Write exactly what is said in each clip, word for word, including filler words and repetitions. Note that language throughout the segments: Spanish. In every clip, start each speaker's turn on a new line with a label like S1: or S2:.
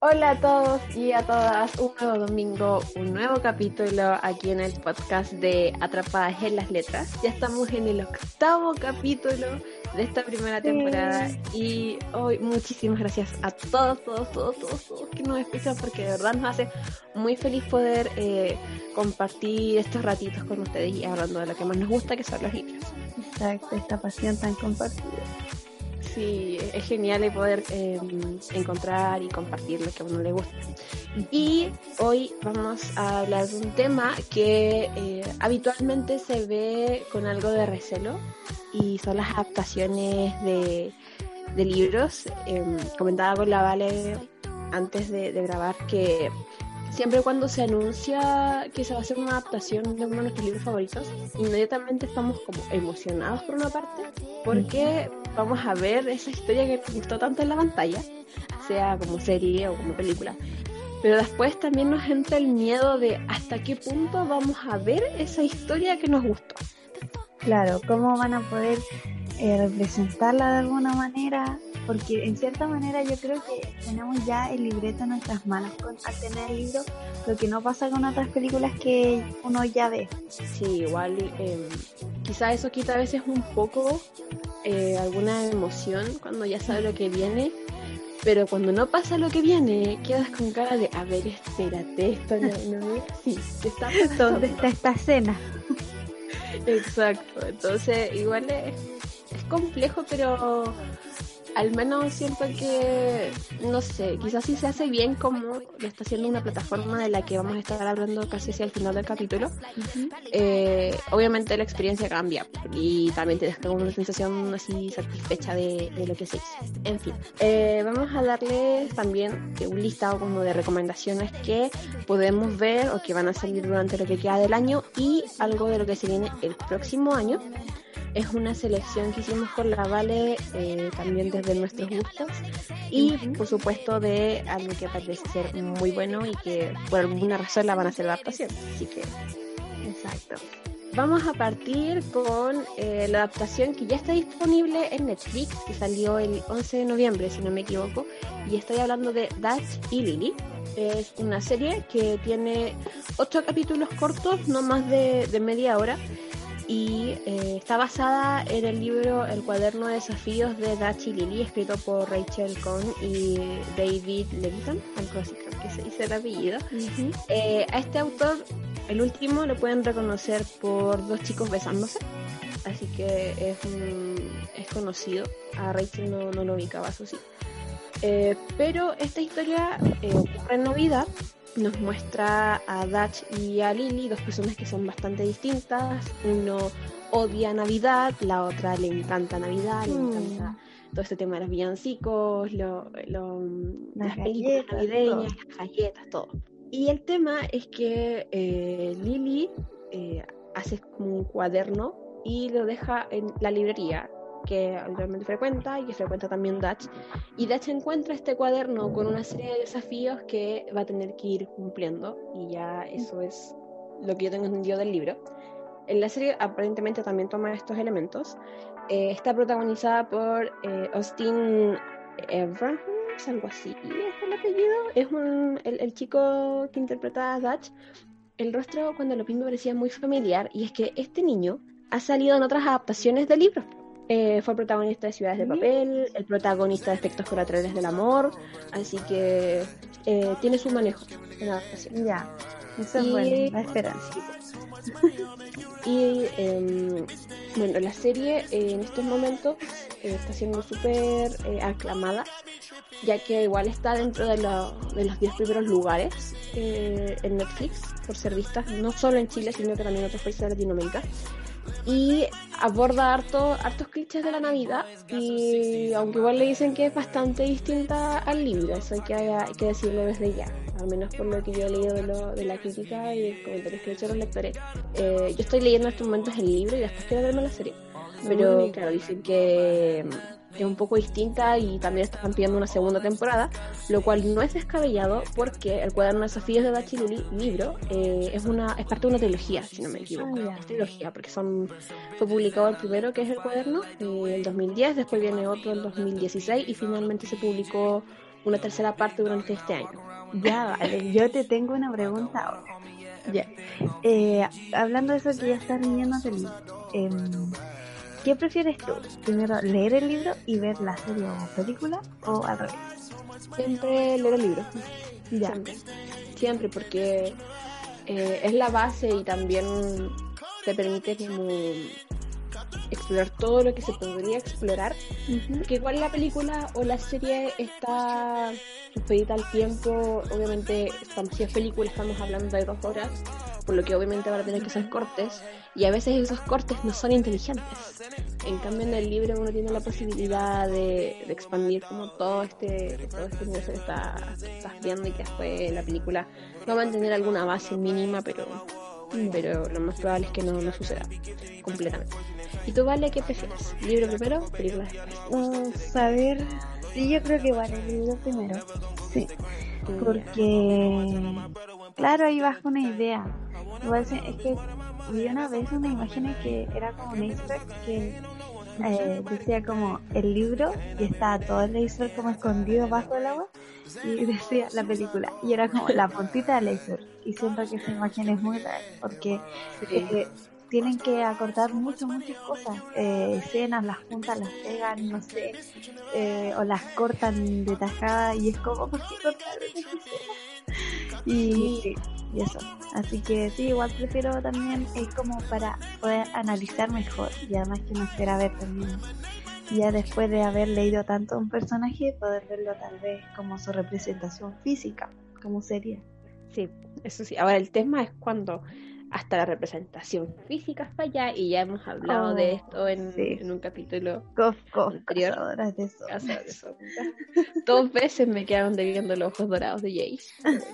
S1: Hola a todos y a todas, un nuevo domingo, un nuevo capítulo aquí en el podcast de Atrapadas en las Letras. Ya estamos en el octavo capítulo de esta primera temporada y hoy muchísimas gracias a todos, todos, todos, todos, todos que nos escuchan, porque de verdad nos hace muy feliz poder eh, compartir estos ratitos con ustedes y hablando de lo que más nos gusta, que son los libros.
S2: Exacto, esta pasión tan compartida.
S1: Sí, es genial el poder eh, encontrar y compartir lo que a uno le gusta. Y hoy vamos a hablar de un tema que eh, habitualmente se ve con algo de recelo, y son las adaptaciones de, de libros. Eh, comentaba con la Vale antes de, de grabar que siempre cuando se anuncia que se va a hacer una adaptación de uno de nuestros libros favoritos, inmediatamente estamos como emocionados por una parte, porque vamos a ver esa historia que nos gustó tanto en la pantalla, sea como serie o como película. Pero después también nos entra el miedo de hasta qué punto vamos a ver esa historia que nos gustó.
S2: Claro, cómo van a poder eh, representarla de alguna manera, porque en cierta manera yo creo que tenemos ya el libreto en nuestras manos con, al tener el libro, lo que no pasa con otras películas que uno ya ve.
S1: Sí, igual eh, quizá eso quita a veces un poco eh, alguna emoción cuando ya sabes lo que viene, pero cuando no pasa lo que viene quedas con cara de, a ver, espérate, esto no, no es así, ¿qué está pasando?
S2: ¿Dónde está esta escena?
S1: Exacto, entonces igual es, es complejo, pero al menos siento que, no sé, quizás si se hace bien como lo está haciendo una plataforma de la que vamos a estar hablando casi hacia el final del capítulo, uh-huh. eh, obviamente la experiencia cambia y también te deja una sensación así satisfecha de, de lo que se hizo. En fin, eh, vamos a darles también un listado como de recomendaciones que podemos ver o que van a salir durante lo que queda del año y algo de lo que se viene el próximo año. Es una selección que hicimos con la Vale, eh, también desde nuestros gustos y uh-huh. por supuesto de algo que parece ser muy bueno y que por alguna razón la van a hacer adaptación, así que exacto. Vamos a partir con eh, la adaptación que ya está disponible en Netflix, que salió el once de noviembre si no me equivoco, y estoy hablando de Dutch y Lily. Es una serie que tiene ocho capítulos cortos, no más de, de media hora, y eh, está basada en el libro El cuaderno de desafíos de Dutch y Lily, escrito por Rachel Cohn y David Levitan, algo así creo que se dice el apellido. Uh-huh. Eh, a este autor, el último, lo pueden reconocer por Dos chicos besándose, así que es, un, es conocido. A Rachel no, no lo ubicaba, eso sí. Eh, pero esta historia eh, ocurre en Navidad. Nos muestra a Dutch y a Lily, dos personas que son bastante distintas. Uno odia Navidad, la otra le encanta Navidad, mm. le encanta todo este tema de los villancicos, lo, lo, las, las películas navideñas, todo. Las galletas, todo. Y el tema es que eh, Lily eh, hace como un cuaderno y lo deja en la librería que habitualmente frecuenta y que frecuenta también Dutch, y Dutch encuentra este cuaderno con una serie de desafíos que va a tener que ir cumpliendo, y ya eso es lo que yo tengo entendido del libro. En la serie aparentemente también toma estos elementos. Eh, está protagonizada por eh, Austin Abrahams, algo así es el apellido, es un, el, el chico que interpreta a Dutch. El rostro cuando lo vi me parecía muy familiar, y es que este niño ha salido en otras adaptaciones de libros. Eh, fue protagonista de Ciudades de Papel, el protagonista de Efectos Colaterales del Amor, así que eh, tiene su manejo en la adaptación.
S2: Ya, eso es bueno, la esperanza.
S1: Y eh, bueno, la serie eh, en estos momentos eh, está siendo súper eh, aclamada, ya que igual está dentro de, lo, de los diez primeros lugares eh, en Netflix por ser vista, no solo en Chile, sino que también en otros países de Latinoamérica. Y aborda harto, hartos clichés de la Navidad, y aunque igual le dicen que es bastante distinta al libro, eso hay que, hay que decirlo desde ya, al menos por lo que yo he leído de, lo, de la crítica y de comentarios que he hecho los lectores. Eh, yo estoy leyendo en estos momentos el libro y después quiero verme la serie, pero claro, dicen que es un poco distinta y también están pidiendo una segunda temporada, lo cual no es descabellado porque el cuaderno de desafíos de Dutch y Lily, libro, eh, es una es parte de una trilogía, si no me equivoco. Oh, yeah. Es trilogía porque son fue publicado el primero, que es el cuaderno, eh, el dos mil diez, después viene otro el dos mil dieciséis y finalmente se publicó una tercera parte durante este año.
S2: Ya, vale, yo te tengo una pregunta ahora.
S1: Ya.
S2: Eh, hablando de eso que ya estás leyendo el libro, eh, ¿qué prefieres tú? ¿Primero leer el libro y ver la serie o película o al revés?
S1: Siempre leer el libro.
S2: Ya.
S1: Siempre. Siempre, porque eh, es la base y también te permite como explorar todo lo que se podría explorar.
S2: Uh-huh.
S1: Porque igual la película o la serie está supedita al tiempo. Obviamente, si es película estamos hablando de dos horas, por lo que obviamente van a tener que ser cortes, y a veces esos cortes no son inteligentes. En cambio, en el libro uno tiene la posibilidad de, de expandir como todo este todo este universo que está, estás viendo, y que después la película va a mantener alguna base mínima, pero pero lo más probable es que no, no suceda completamente. ¿Y tú, Vale, qué prefieres? ¿Libro primero, película después?
S2: Vamos a ver. Sí, yo creo que igual el libro primero. Sí. Porque, claro, ahí bajo una idea. Igual es que vi una vez una imagen que era como un iceberg que eh, decía como el libro y estaba todo el iceberg como escondido bajo el agua, y decía la película y era como la puntita del iceberg. Y siento que esa imagen es muy real porque sí. eh, tienen que acortar mucho, muchas cosas, eh, escenas, las juntan, las pegan, no sé, eh, o las cortan de tajada, y es como, ¿por qué cortaron esa escena? Y, sí, y eso, así que sí, igual prefiero también, es como para poder analizar mejor, y además que no espera ver también, ya después de haber leído tanto un personaje, poder verlo tal vez como su representación física, como sería.
S1: Sí, eso sí. Ahora el tema es cuando hasta la representación física falla, y ya hemos hablado oh, de esto en,
S2: sí.
S1: en un capítulo
S2: cof, cof,
S1: anterior.
S2: Cazadoras de sombras.
S1: Cazadoras de sombras. Dos veces me quedaron debiendo los ojos dorados de Jace.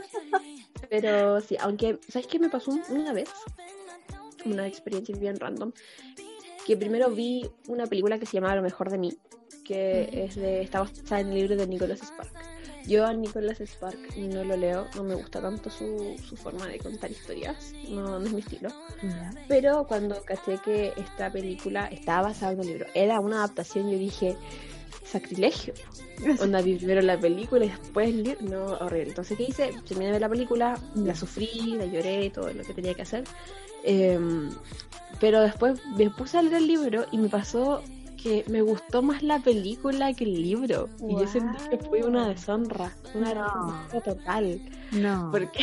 S1: Pero sí, aunque, ¿sabes qué me pasó una vez? Una experiencia bien random. Que primero vi una película que se llamaba Lo mejor de mí, que uh-huh. es de, está basada en el libro de Nicholas Sparks. Yo a Nicholas Sparks no lo leo, no me gusta tanto su, su forma de contar historias, no, no es mi estilo. Yeah. Pero cuando caché que esta película estaba basada en un libro, era una adaptación, yo dije, sacrilegio. Onda, vi primero la película y después el libro, no, horrible. Entonces, ¿qué hice? Terminé de ver la película, yeah. la sufrí, la lloré, todo lo que tenía que hacer. Eh, pero después me puse a leer el libro y me pasó que me gustó más la película que el libro. Wow. Y yo sentí que fue una deshonra, una deshonra no. total.
S2: No.
S1: Porque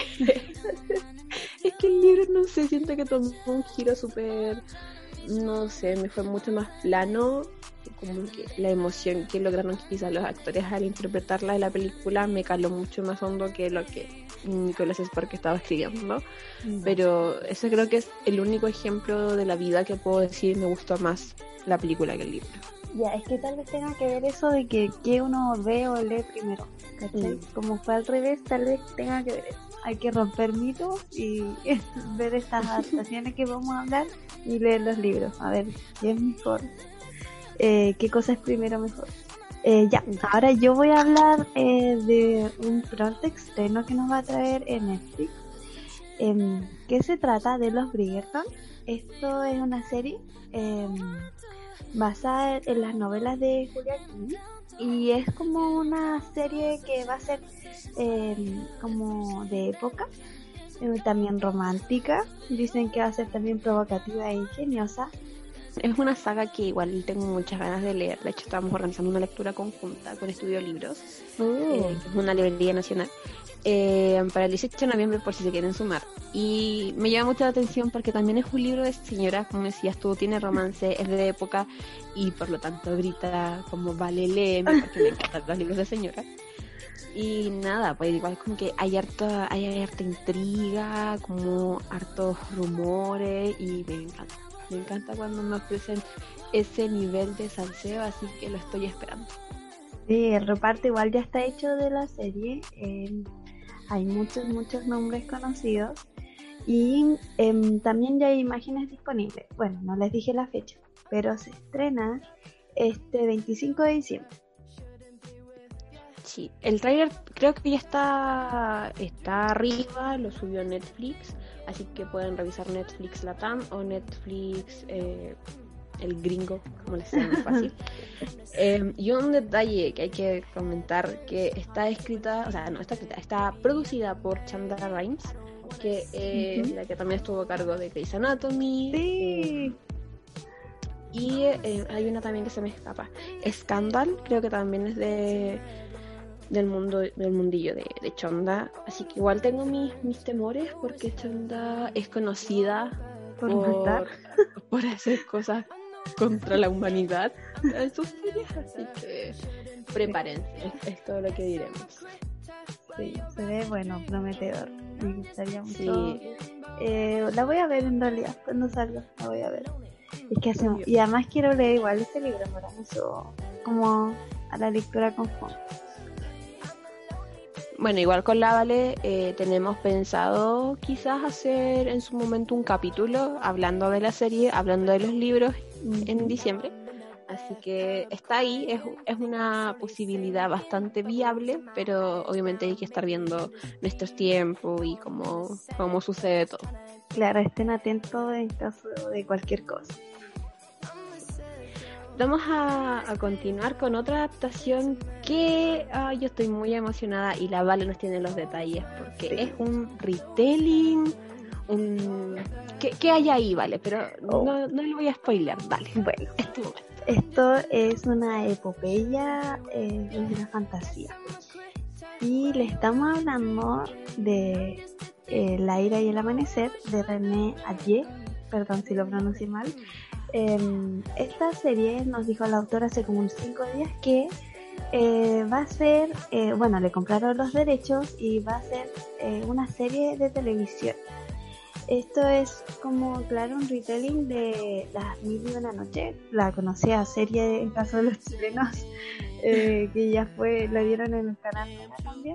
S1: es que el libro, no sé, siento que tomó un giro súper, no sé, me fue mucho más plano, como que la emoción que lograron quizás los actores al interpretarla de la película me caló mucho más hondo que lo que Nicholas Sparks estaba escribiendo. Mm. Pero ese creo que es el único ejemplo de la vida que puedo decir me gustó más la película que el libro.
S2: Ya, es que tal vez tenga que ver eso de que, que uno ve o lee primero, ¿cachai? Mm. Como fue al revés, tal vez tenga que ver eso. Hay que romper mitos y ver estas adaptaciones que vamos a hablar y leer los libros, a ver qué es mejor, eh, qué cosa es primero mejor. Eh, ya, ahora yo voy a hablar eh, de un pronto estreno que nos va a traer en Netflix, eh, que se trata de Los Bridgerton. Esto es una serie eh, basada en las novelas de Julia King, y es como una serie que va a ser eh, como de época, eh, también romántica, dicen que va a ser también provocativa e ingeniosa.
S1: Es una saga que igual tengo muchas ganas de leer. De hecho, estábamos organizando una lectura conjunta con Estudio Libros, uh. eh, que es una librería nacional, eh, para el dieciocho de noviembre, por si se quieren sumar. Y me llama mucho la atención porque también es un libro de señora, como decías tú, tiene romance, es de época y por lo tanto grita como vale, léeme, porque me encantan los libros de señora. Y nada, pues igual como que hay harta, hay, hay harta intriga, como hartos rumores, y me encanta. Me encanta cuando me ofrecen ese nivel de salseo, así que lo estoy esperando.
S2: Sí, el reparto igual ya está hecho de la serie. Eh, hay muchos, muchos nombres conocidos. Y eh, también ya hay imágenes disponibles. Bueno, no les dije la fecha, pero se estrena este veinticinco de diciembre.
S1: Sí, el tráiler creo que ya está, está arriba, lo subió Netflix. Así que pueden revisar Netflix Latam o Netflix eh, el gringo, como les sea más fácil. eh, y un detalle que hay que comentar, que está escrita, o sea, no está escrita, está producida por Chanda Rhimes, que es uh-huh. la que también estuvo a cargo de Grey's Anatomy.
S2: Sí.
S1: Eh, y eh, hay una también que se me escapa, Scandal, creo que también es de del mundo del mundillo de, de Chonda, así que igual tengo mis, mis temores porque Chonda es conocida
S2: por,
S1: por, por hacer cosas contra la humanidad en sus series, así que prepárense, es, es todo lo que diremos.
S2: Sí, se ve bueno, prometedor. Me gustaría mucho.
S1: Sí.
S2: Eh, la voy a ver en realidad cuando salga, la voy a ver. Es que hacemos, y además quiero leer igual este libro para eso, como a la lectura conjunta.
S1: Bueno, igual con la Vale eh, tenemos pensado quizás hacer en su momento un capítulo hablando de la serie, hablando de los libros mm. en diciembre. Así que está ahí, es, es una posibilidad bastante viable, pero obviamente hay que estar viendo nuestros tiempos y cómo, cómo sucede todo.
S2: Claro, estén atentos en caso de cualquier cosa.
S1: Vamos a, a continuar con otra adaptación que oh, yo estoy muy emocionada y la Vale nos tiene los detalles porque sí. es un retelling, un... ¿Qué, qué hay ahí, Vale? Pero oh. no, no lo voy a spoiler, dale.
S2: Bueno, este esto es una epopeya eh, de una fantasía y le estamos hablando de eh, La ira y el amanecer de René Adler, perdón si lo pronuncié mal. Eh, esta serie nos dijo la autora hace como unos cinco días que eh, va a ser, eh, bueno, le compraron los derechos y va a ser eh, una serie de televisión. Esto es como, claro, un retelling de Las Mil y Una Noche, la conocida serie en caso de los chilenos, eh, que ya fue, la dieron en el canal también.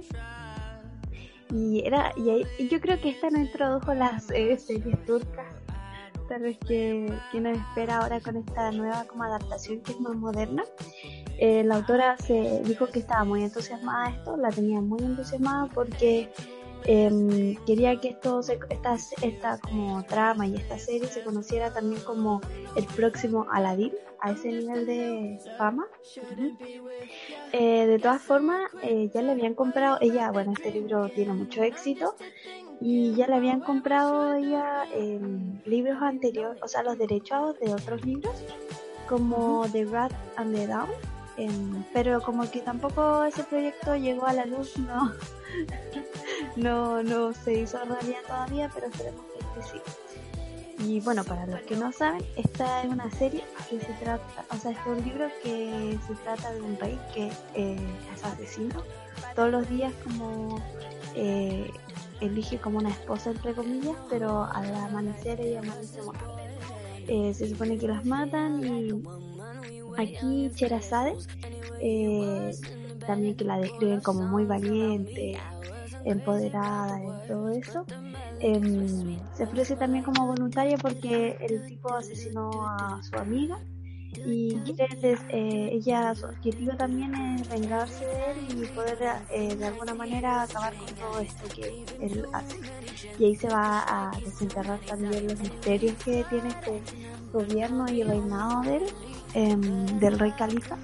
S2: Y era, y, ahí, y yo creo que esta nos introdujo las eh, series turcas. Tal vez que, que nos espera ahora con esta nueva como adaptación que es más moderna. Eh, la autora se dijo que estaba muy entusiasmada de esto, la tenía muy entusiasmada porque eh, quería que esto se, esta, esta como trama y esta serie se conociera también como el próximo Aladdin, a ese nivel de fama. Uh-huh. Eh, de todas formas, eh, ya le habían comprado, ella, bueno, este libro tiene mucho éxito. Y ya le habían comprado ella eh, libros anteriores, o sea, los derechos de otros libros, como uh-huh. The Rat and the Down, eh, pero como que tampoco ese proyecto llegó a la luz, no, no, no se hizo realidad todavía, pero esperemos que sí. Y bueno, para los que no saben, esta es una serie que se trata, o sea, es un libro que se trata de un rey que eh, es asesino, todos los días como... Eh, elige como una esposa entre comillas, pero al amanecer ella amanece muerta. Eh, se supone que las matan y aquí Sherazade eh, también que la describen como muy valiente, empoderada y todo eso. Eh, se ofrece también como voluntaria porque el tipo asesinó a su amiga y quiere, eh, ella, su objetivo también es vengarse de él y poder eh, de alguna manera acabar con todo esto que él hace. Y ahí se va a desenterrar también los misterios que tiene este gobierno y reinado de él, eh, del rey califa.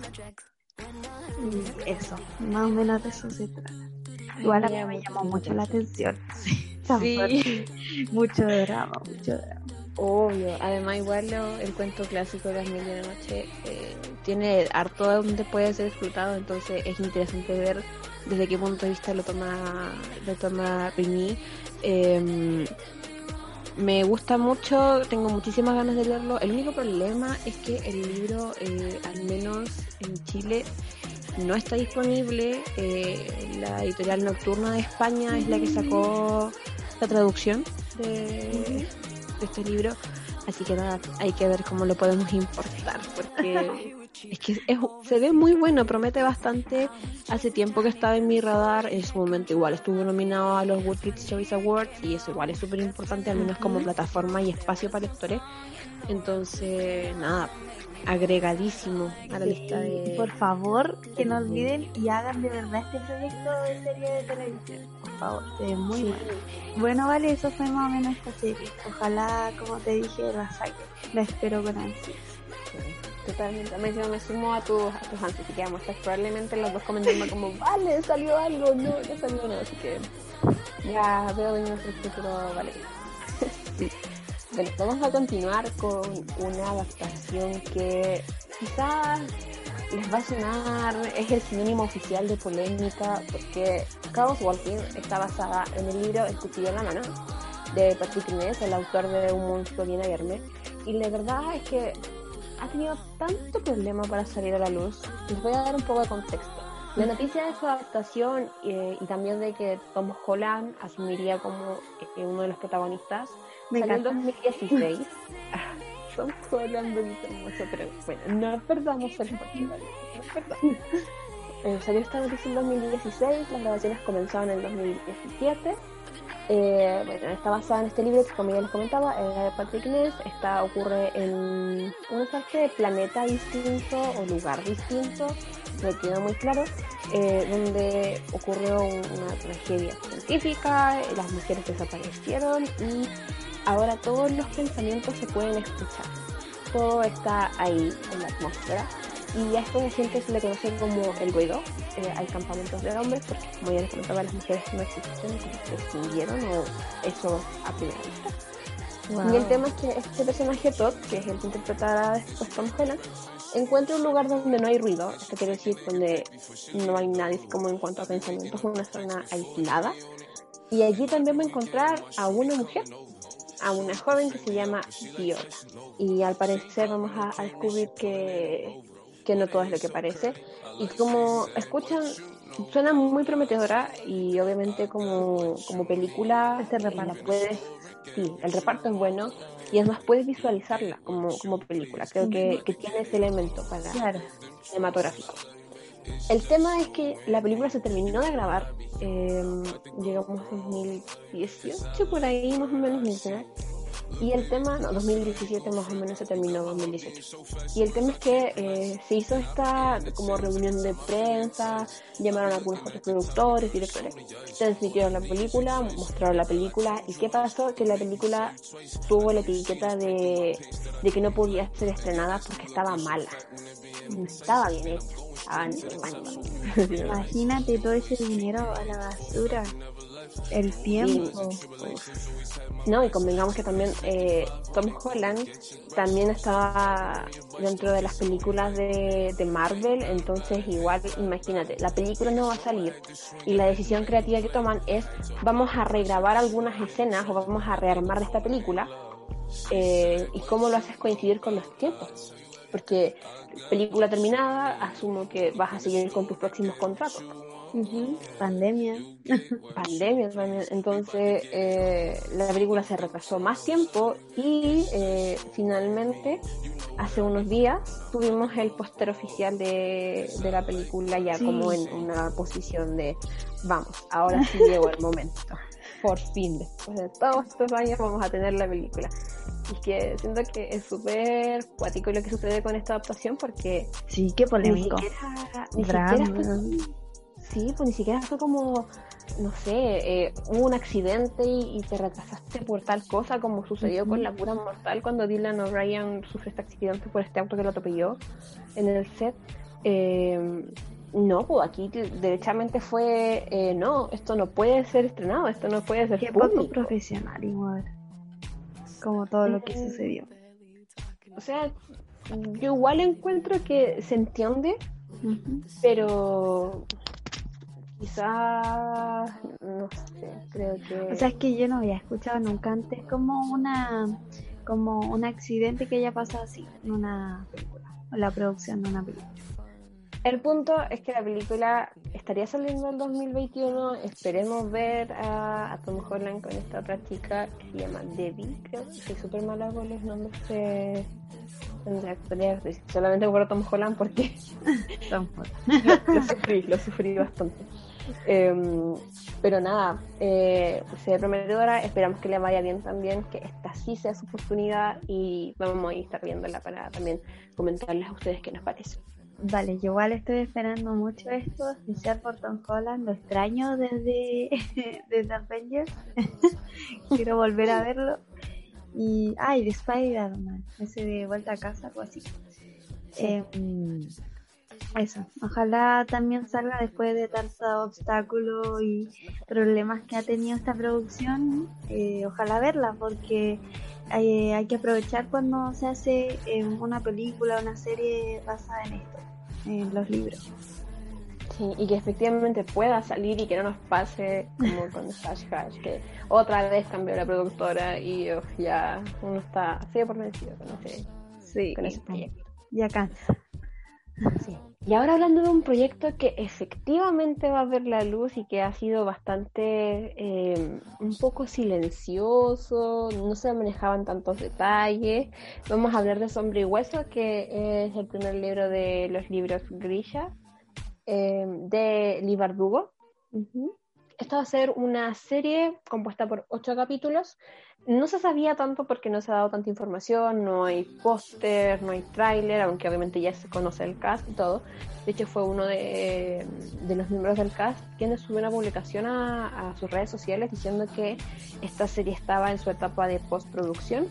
S2: Y eso, más o menos de eso se trata. Igual a mí me llamó mucho la atención. Sí, mucho drama, mucho drama.
S1: Obvio, además igual lo, el cuento clásico de Las Mil y Una Noche eh, tiene harto donde puede ser explotado, entonces es interesante ver desde qué punto de vista lo toma lo toma Remy. Eh, me gusta mucho, tengo muchísimas ganas de leerlo. El único problema es que el libro, eh, al menos en Chile, no está disponible. Eh, la editorial Nocturna de España es la que sacó la traducción de este libro, así que nada, hay que ver cómo lo podemos importar porque Es que es, se ve muy bueno, promete bastante. Hace tiempo que estaba en mi radar, en su momento igual estuvo nominado a los Woodkids Choice Awards y eso igual es súper importante, al menos como plataforma y espacio para lectores. Entonces, nada, agregadísimo a la lista de...
S2: Por favor, que no olviden y hagan de verdad este proyecto de serie de televisión. Por favor, se ve muy bueno. Bueno, vale, eso fue más o menos esta serie. Ojalá, como te dije, la saque. La espero con ansias.
S1: Totalmente, también yo me sumo a tus, a tus ansias, así que vamos a estar probablemente los dos comentando como, vale, salió algo, no, no salió nada, así que ya veo venir nuestro futuro, vale. Sí. Bueno, vamos a continuar con una adaptación que quizás les va a sonar, es el sinónimo oficial de polémica, porque Chaos Walking está basada en el libro El cuchillo en la mano, de Patrick Ness, el autor de Un monstruo viene a verme, y la verdad es que ha tenido tanto problema para salir a la luz. Les voy a dar un poco de contexto. La noticia de su adaptación eh, y también de que Tom Holland asumiría como eh, uno de los protagonistas
S2: Me
S1: salió en
S2: encanta.
S1: dos mil dieciséis. Tom Holland, bonito, hermoso, pero bueno, no perdamos el partido, no perdamos. Eh, salió esta noticia en dos mil dieciséis, las grabaciones comenzaron en dos mil diecisiete. Eh, bueno, está basada en este libro que, como ya les comentaba, es de Patrick Ness. Esta ocurre en una parte de planeta distinto o lugar distinto, no queda muy claro, eh, donde ocurrió una tragedia científica, las mujeres desaparecieron y ahora todos los pensamientos se pueden escuchar. Todo está ahí en la atmósfera. Y a estos agentes se le conoce como el ruido. Eh, hay campamentos de hombres, porque como ya les comentaba, las mujeres no existen, se extinguieron, o eso a primera vista. Wow. Y el tema es que este personaje Todd, que es el que interpretará después Tom Holland, encuentra un lugar donde no hay ruido, esto quiere decir donde no hay nadie, como en cuanto a pensamientos, una zona aislada. Y allí también va a encontrar a una mujer, a una joven que se llama Viola. Y al parecer vamos a, a descubrir que... que no todo es lo que parece, y como escuchan, suena muy prometedora, y obviamente como, como película
S2: este reparto.
S1: La puedes, sí, el reparto es bueno, y además puedes visualizarla como, como película, creo que, que tiene ese elemento para
S2: claro.
S1: cinematográfico. El tema es que la película se terminó de grabar, eh, llegamos a dos mil dieciocho, por ahí más o menos, ¿no? Y el tema, no, dos mil diecisiete más o menos se terminó, dos mil dieciocho. Y el tema es que eh, se hizo esta como reunión de prensa, llamaron a algunos otros productores, directores, transmitieron la película, mostraron la película, y ¿qué pasó? Que la película tuvo la etiqueta de, de que no podía ser estrenada porque estaba mala, no estaba bien hecha, estaba en
S2: Imagínate todo ese dinero a la basura. El tiempo.
S1: Sí. No, y convengamos que también eh, Tom Holland también estaba dentro de las películas de, de Marvel, entonces igual, imagínate, la película no va a salir y la decisión creativa que toman es: vamos a regrabar algunas escenas o vamos a rearmar esta película, eh, y cómo lo haces coincidir con los tiempos, porque película terminada, asumo que vas a seguir con tus próximos contratos.
S2: Uh-huh. Pandemia.
S1: Pandemia también. Entonces eh, la película se retrasó más tiempo y eh, finalmente hace unos días tuvimos el póster oficial de, de la película ya sí. Como en una posición de vamos, ahora sí llegó el momento. Por fin, después de todos estos años vamos a tener la película. Y que siento que es súper cuático lo que sucede con esta adaptación, porque
S2: sí, qué polémico.
S1: Ni siquiera, ni siquiera fue, sí, pues ni siquiera fue como, no sé, eh, hubo un accidente y, y te retrasaste por tal cosa, como sucedió uh-huh. con La Cura Mortal, cuando Dylan O'Brien sufre este accidente por este auto que lo atropelló en el set. Eh, no, pues aquí derechamente fue, eh, no, esto no puede ser estrenado, esto no puede ser
S2: qué
S1: público.
S2: Poco profesional igual, como todo lo que sucedió.
S1: O sea, yo igual encuentro que se entiende, uh-huh. pero quizás, no sé, creo que...
S2: O sea, es que yo no había escuchado nunca antes como una como un accidente que haya pasado así en una película, o la producción de una película.
S1: El punto es que la película estaría saliendo en dos mil veintiuno. Esperemos ver a, a Tom Holland con esta otra chica que se llama Debbie, creo. Soy súper mala con los nombres de, tendría tendría que decir, solamente por Tom Holland porque
S2: Tom Holland.
S1: lo, lo sufrí, lo sufrí bastante. Eh, pero nada, eh, se ve prometedora, esperamos que le vaya bien también, que esta sí sea su oportunidad y vamos a estar viéndola para también comentarles a ustedes qué nos parece.
S2: Vale, yo igual estoy esperando mucho esto, especial por Tom Holland, lo extraño desde, desde Avengers, quiero volver a verlo. Y, ah, y de Spider-Man, ese de Vuelta a Casa, algo así.
S1: Sí.
S2: Eh, eso, ojalá también salga después de tantos obstáculos y problemas que ha tenido esta producción, eh, ojalá verla, porque hay, hay que aprovechar cuando se hace eh, una película o una serie basada en esto, en los libros.
S1: Sí, y que efectivamente pueda salir y que no nos pase como con Hush Hush, que otra vez cambió la productora y oh, ya uno está así por vencido con ese,
S2: sí,
S1: con ese proyecto.
S2: Ya cansa.
S1: Sí. Y ahora hablando de un proyecto que efectivamente va a ver la luz y que ha sido bastante eh, un poco silencioso, no se manejaban tantos detalles, vamos a hablar de Sombra y Hueso, que es el primer libro de los libros Grisha, eh, de Leigh Bardugo. Uh-huh. Esto va a ser una serie compuesta por ocho capítulos. No se sabía tanto porque no se ha dado tanta información, no hay póster, no hay tráiler, aunque obviamente ya se conoce el cast y todo. De hecho fue uno de, de los miembros del cast quien subió una publicación a, a sus redes sociales diciendo que esta serie estaba en su etapa de postproducción.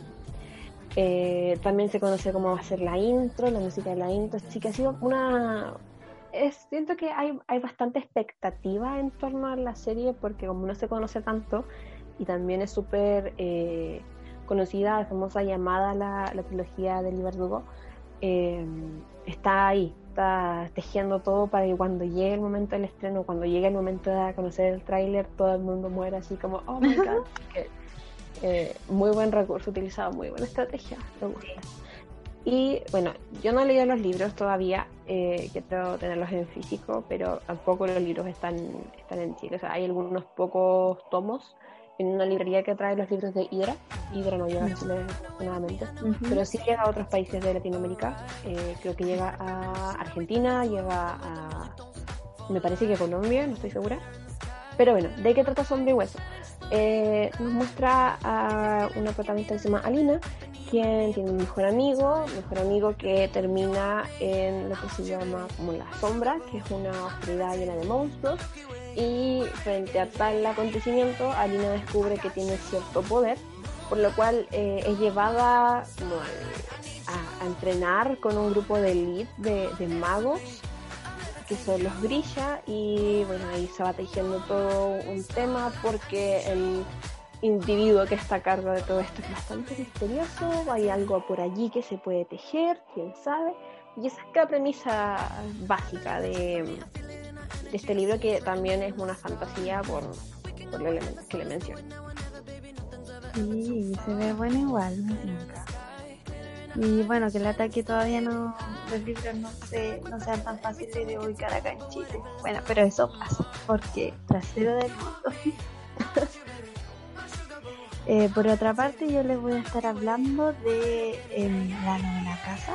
S1: Eh, también se conoce cómo va a ser la intro, la música de la intro, así que ha sido una... Es, siento que hay, hay bastante expectativa en torno a la serie porque como no se conoce tanto y también es súper eh, conocida, la famosa llamada la, la trilogía de Leigh Bardugo, eh, está ahí, está tejiendo todo para que cuando llegue el momento del estreno, cuando llegue el momento de conocer el tráiler, todo el mundo muera así como oh my god. que, eh, muy buen recurso utilizado, muy buena estrategia, me gusta. Y bueno, yo no he leído los libros todavía, eh, quiero tenerlos en físico, pero tampoco los libros están, están en Chile. O sea, hay algunos pocos tomos en una librería que trae los libros de Hydra. Hydra no llega a Chile afortunadamente, uh-huh. pero sí llega a otros países de Latinoamérica. Eh, creo que llega a Argentina, llega a... me parece que a Colombia, no estoy segura. Pero bueno, ¿de qué trata Sombra y Hueso? Eh, nos muestra a una protagonista que se llama Alina, quien tiene un mejor amigo, mejor amigo que termina en lo que se llama como la sombra, que es una oscuridad llena de monstruos, y frente a tal acontecimiento, Alina descubre que tiene cierto poder, por lo cual eh, es llevada como a, a entrenar con un grupo de elite de, de magos, que son los Grisha, y bueno, ahí se va tejiendo todo un tema porque el individuo que está a cargo de todo esto es bastante misterioso, hay algo por allí que se puede tejer, quién sabe, y esa es la premisa básica de, de este libro, que también es una fantasía por, por los elementos que le menciono.
S2: Sí, se ve bueno igual. Y bueno, que el ataque todavía no, los libros no, se, no sean tan fáciles de ubicar acá en Chile. Bueno, pero eso pasa, porque trasero del mundo. Eh, por otra parte, yo les voy a estar hablando de eh, La Novena Casa.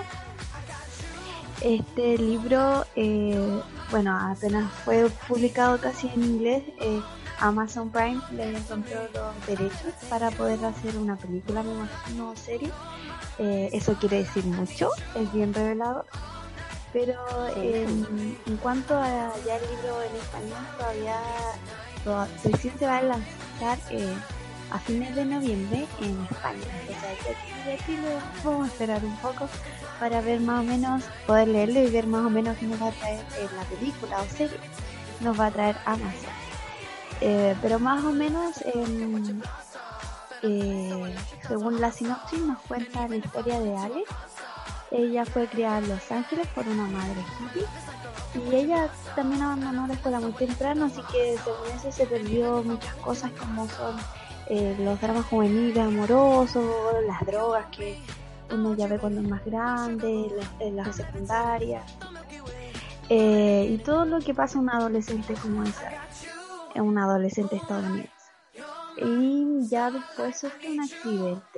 S2: Este libro, eh, bueno, apenas fue publicado casi en inglés, eh, Amazon Prime le compró los derechos para poder hacer una película, me imagino, serie. Eh, eso quiere decir mucho, es bien revelador. Pero eh, en cuanto a ya el libro en español, todavía, todavía recién se va a lanzar eh, a fines de noviembre en España. O sea, que aquí, aquí lo vamos a esperar un poco para ver más o menos, poder leerlo y ver más o menos qué nos va a traer eh, la película o serie. Nos va a traer Amazon. Eh, pero más o menos, eh, eh, según la sinopsis, nos cuenta la historia de Alex. Ella fue criada en Los Ángeles por una madre hippie y ella también abandonó la escuela muy temprano, así que según eso se perdió muchas cosas como son eh, los dramas juveniles amorosos, las drogas que uno ya ve cuando es más grande, en la, la secundaria, eh, y todo lo que pasa a un adolescente como esa, un adolescente estadounidense. Y ya después sufre un accidente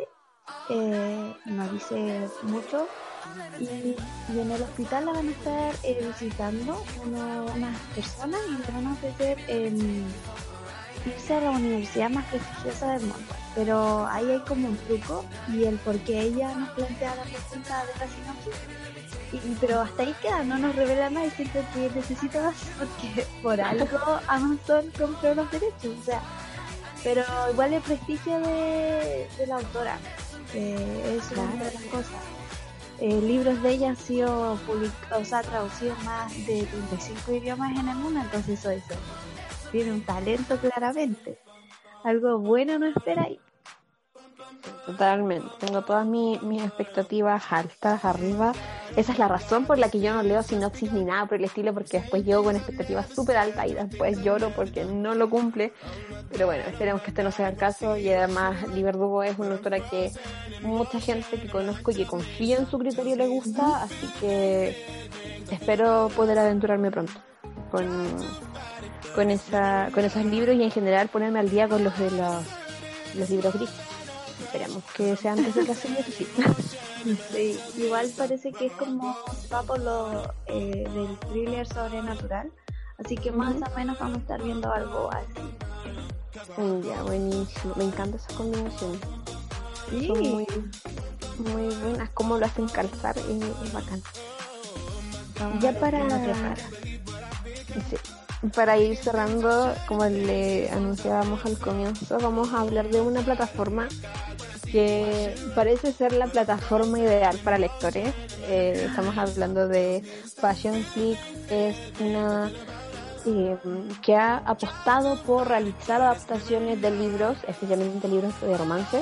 S2: eh, no dice mucho. Y, y en el hospital la van a estar eh, visitando uno, unas personas y le van a ofrecer eh, irse a la universidad más prestigiosa del mundo. Pero ahí hay como un truco y el por qué ella nos plantea la pregunta de la sinopsis. Y, pero hasta ahí queda, no nos revela nada y siento que necesito más porque por algo Amazon compró los derechos. O sea, pero igual el prestigio de, de la autora eh, es una de las cosas. Eh, libros de ella han sido public- o sea, traducidos más de treinta y cinco idiomas en el mundo, entonces eso, eso tiene un talento claramente. Algo bueno no espera ahí.
S1: Totalmente, tengo todas mi, mis expectativas altas arriba. Esa es la razón por la que yo no leo sinopsis ni nada por el estilo, porque después llego con expectativas súper altas y después lloro porque no lo cumple. Pero bueno, esperemos que este no sea el caso. Y además Lee Verdugo es una autora que mucha gente que conozco y que confía en su criterio le gusta, así que espero poder aventurarme pronto con, con, esa, con esos libros y en general ponerme al día con los de los, los libros grises. Esperamos que sea antes de la serie, sí.
S2: Sí, igual parece que es como va por lo eh, del thriller sobrenatural, así que más uh-huh. o menos vamos a estar viendo algo así.
S1: Mm, ya, buenísimo. Me encanta esa combinación.
S2: Sí.
S1: Son muy, muy buenas. Cómo lo hacen calzar, es, es bacán.
S2: Vamos
S1: ya para... Sí. Para ir cerrando, como le anunciábamos al comienzo, vamos a hablar de una plataforma que parece ser la plataforma ideal para lectores. Eh, estamos hablando de Passionflix. Es una eh, que ha apostado por realizar adaptaciones de libros, especialmente libros de romances.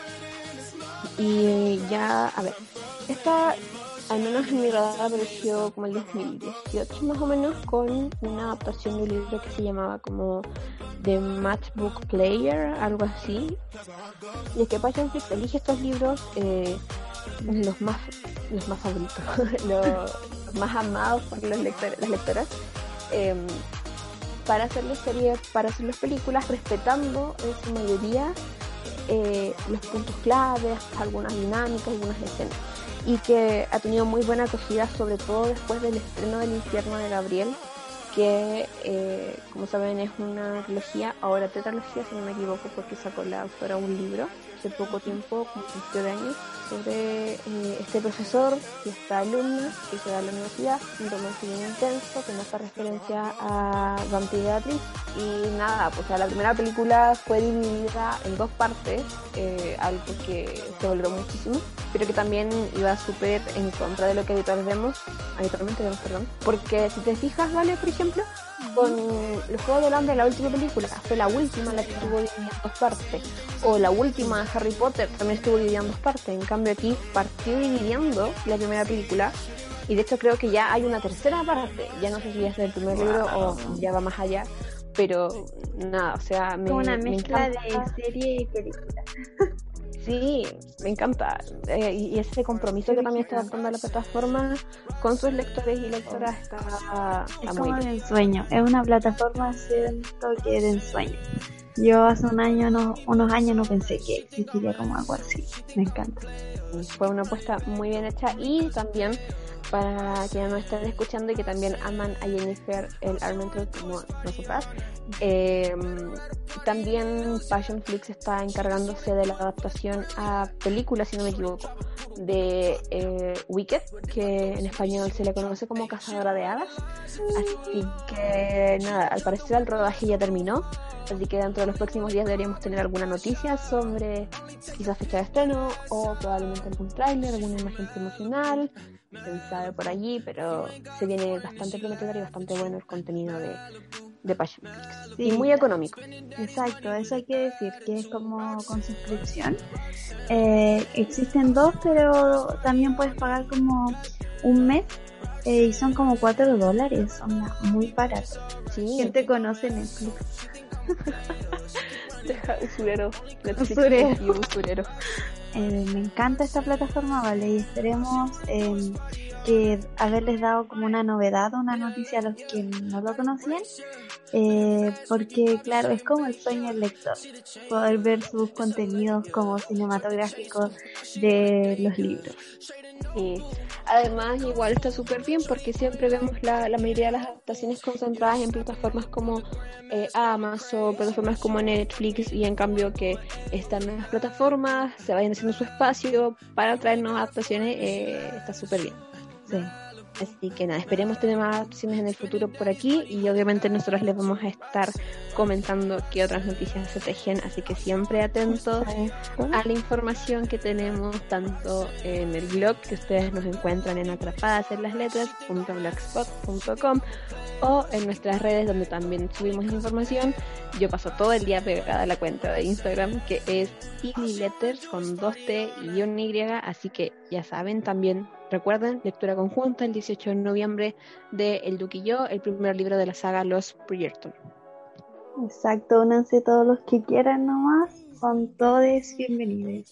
S1: Y ya, a ver, esta... al menos en mi radar apareció como el dos mil dieciocho más o menos, con una adaptación de un libro que se llamaba como The Matchbook Player, algo así. Y es que Passionflix elige estos libros, eh, los más los más favoritos, los, los más amados por los lectores, las lectoras, eh, para hacerles series, para hacerles películas, respetando en su mayoría eh, los puntos claves, algunas dinámicas, algunas escenas. Y que ha tenido muy buena acogida, sobre todo después del estreno del Infierno de Gabriel, que eh, como saben es una trilogía, ahora tetralogía si no me equivoco, porque sacó la autora un libro hace poco tiempo, como quince de años, sobre eh, este profesor y esta alumna que se da a la universidad, un romance bien intenso que no hace referencia a Vampire Beatriz. Y nada, pues la primera película fue dividida en dos partes, eh, algo que se valoró muchísimo, pero que también iba súper en contra de lo que habitualmente vemos, habitualmente vemos, perdón, porque si te fijas, vale, por ejemplo, con Los Juegos del Hambre, la última película fue la última la que estuvo dividida en dos partes, o la última de Harry Potter también estuvo dividida en dos partes. En cambio aquí partió dividiendo la primera película, y de hecho creo que ya hay una tercera parte, ya no sé si es del primer wow. libro o ya va más allá, pero nada, o sea, me,
S2: como una mezcla
S1: me
S2: de serie y película.
S1: Sí, me encanta. Eh, y ese compromiso que también está dando la plataforma con sus lectores y lectoras está, está
S2: es
S1: muy
S2: como
S1: bien.
S2: de ensueño. Es una plataforma, siento que de ensueño. Yo hace un año, no, unos años no pensé que existiría como algo así. Me encanta.
S1: Fue una apuesta muy bien hecha, y también para quienes nos estén escuchando y que también aman a Jennifer el Armentrout como nosotras, eh, también Passionflix está encargándose de la adaptación a película, si no me equivoco, de eh, Wicked, que en español se le conoce como Cazadora de Hadas. Así que nada, al parecer el rodaje ya terminó, así que dentro de los próximos días deberíamos tener alguna noticia sobre quizás fecha de estreno o probablemente algún tráiler, alguna imagen promocional, quién sabe por allí, pero se viene bastante prometedor y bastante bueno el contenido de, de Passionflix. Sí, y muy económico.
S2: Exacto, eso hay que decir, que es como con suscripción. Eh, existen dos, pero también puedes pagar como un mes eh, y son como cuatro dólares, son muy baratos.
S1: Sí.
S2: ¿Quién te conoce Netflix?
S1: Deja usurero, Netflix
S2: usurero.
S1: Y usurero.
S2: Eh, me encanta esta plataforma, vale, y esperemos eh, que haberles dado como una novedad, una noticia a los que no lo conocían, eh, porque claro, es como el sueño del lector, poder ver sus contenidos como cinematográficos de los libros.
S1: Y además igual está súper bien porque siempre vemos la, la mayoría de las adaptaciones concentradas en plataformas como eh, Amazon, plataformas como Netflix, y en cambio que estas nuevas plataformas se vayan haciendo su espacio para traer nuevas adaptaciones, eh, está súper bien.
S2: Sí.
S1: Así que nada, esperemos tener más adaptaciones en el futuro por aquí, y obviamente nosotros les vamos a estar comentando qué otras noticias se tejen, así que siempre atentos a la información que tenemos tanto en el blog, que ustedes nos encuentran en atrapadas en las letras punto blogspot punto com, o en nuestras redes donde también subimos información. Yo paso todo el día pegada a la cuenta de Instagram, que es ililletters con dos T y una Y, así que ya saben, también recuerden, lectura conjunta el dieciocho de noviembre de El Duque y yo, el primer libro de la saga Los Bridgerton.
S2: Exacto, únanse todos los que quieran nomás, son todos bienvenidos.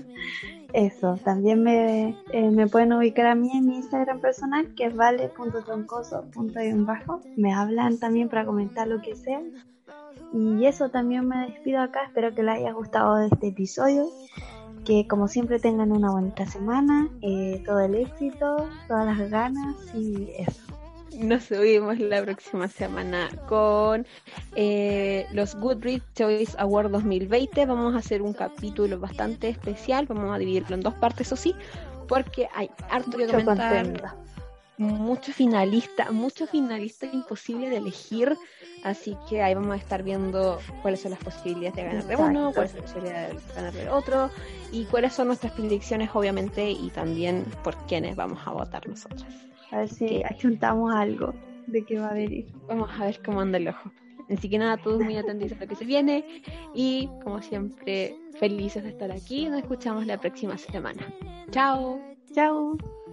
S2: Eso, también me, eh, me pueden ubicar a mí en mi Instagram personal, que es vale punto troncoso punto bajo. Me hablan también para comentar lo que sea. Y eso, también me despido acá, espero que les haya gustado este episodio, que como siempre tengan una bonita semana, eh, todo el éxito, todas las ganas y eso.
S1: Nos subimos la próxima semana con eh, los Goodreads Choice Award dos mil veinte. Vamos a hacer un capítulo bastante especial, vamos a dividirlo en dos partes, eso sí, porque hay harto que comentar. Contento. Mucho finalista, mucho finalista imposible de elegir, así que ahí vamos a estar viendo cuáles son las posibilidades de ganar de uno, cuáles son las posibilidades de ganar de otro, y cuáles son nuestras predicciones, obviamente, y también por quiénes vamos a votar nosotras.
S2: A ver si achuntamos algo de qué va a venir.
S1: Vamos a ver cómo anda el ojo. Así que nada, todos muy atentos a lo que se viene, y como siempre, felices de estar aquí. Nos escuchamos la próxima semana. Chao.
S2: Chao.